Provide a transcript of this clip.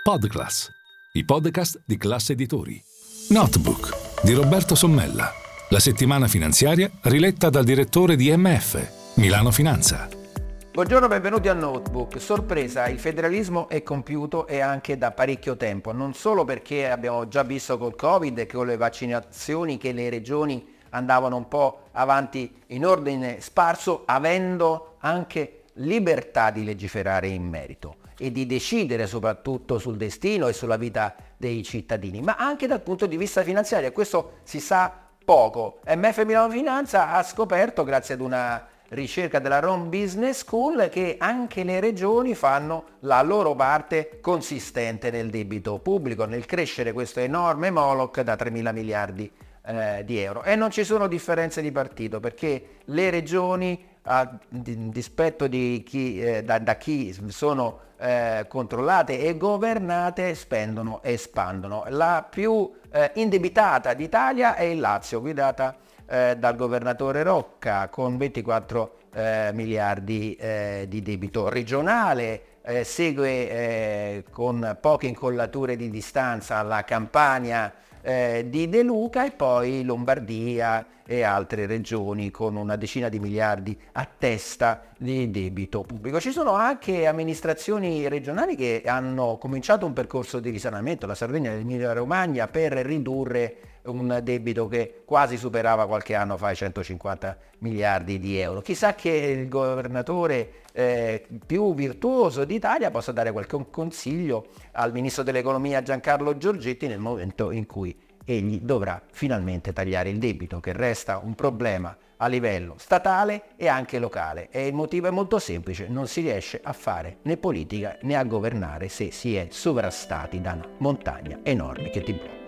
Podclass, i podcast di Class Editori. Notebook di Roberto Sommella, la settimana finanziaria riletta dal direttore di MF, Milano Finanza. Buongiorno, benvenuti a Notebook. Sorpresa, il federalismo è compiuto e anche da parecchio tempo, non solo perché abbiamo già visto col Covid e con le vaccinazioni che le regioni andavano un po' avanti in ordine sparso, avendo anche libertà di legiferare in merito e di decidere soprattutto sul destino e sulla vita dei cittadini, ma anche dal punto di vista finanziario, e questo si sa poco. MF Milano Finanza ha scoperto, grazie ad una ricerca della Rome Business School, che anche le regioni fanno la loro parte consistente nel debito pubblico, nel crescere questo enorme Moloch da 3.000 miliardi di euro. E non ci sono differenze di partito, perché le regioni, a dispetto di chi, da chi sono controllate e governate, spendono e espandono. La più indebitata d'Italia è il Lazio, guidata dal governatore Rocca, con 24 miliardi di debito regionale. Segue con poche incollature di distanza la Campania di De Luca, e poi Lombardia e altre regioni con una decina di miliardi a testa di debito pubblico. Ci sono anche amministrazioni regionali che hanno cominciato un percorso di risanamento, la Sardegna e l'Emilia Romagna, per ridurre un debito che quasi superava qualche anno fa i 150 miliardi di euro. Chissà che il governatore più virtuoso d'Italia possa dare qualche consiglio al ministro dell'economia Giancarlo Giorgetti nel momento in cui egli dovrà finalmente tagliare il debito, che resta un problema a livello statale e anche locale. E il motivo è molto semplice: non si riesce a fare né politica né a governare se si è sovrastati da una montagna enorme che ti blocca.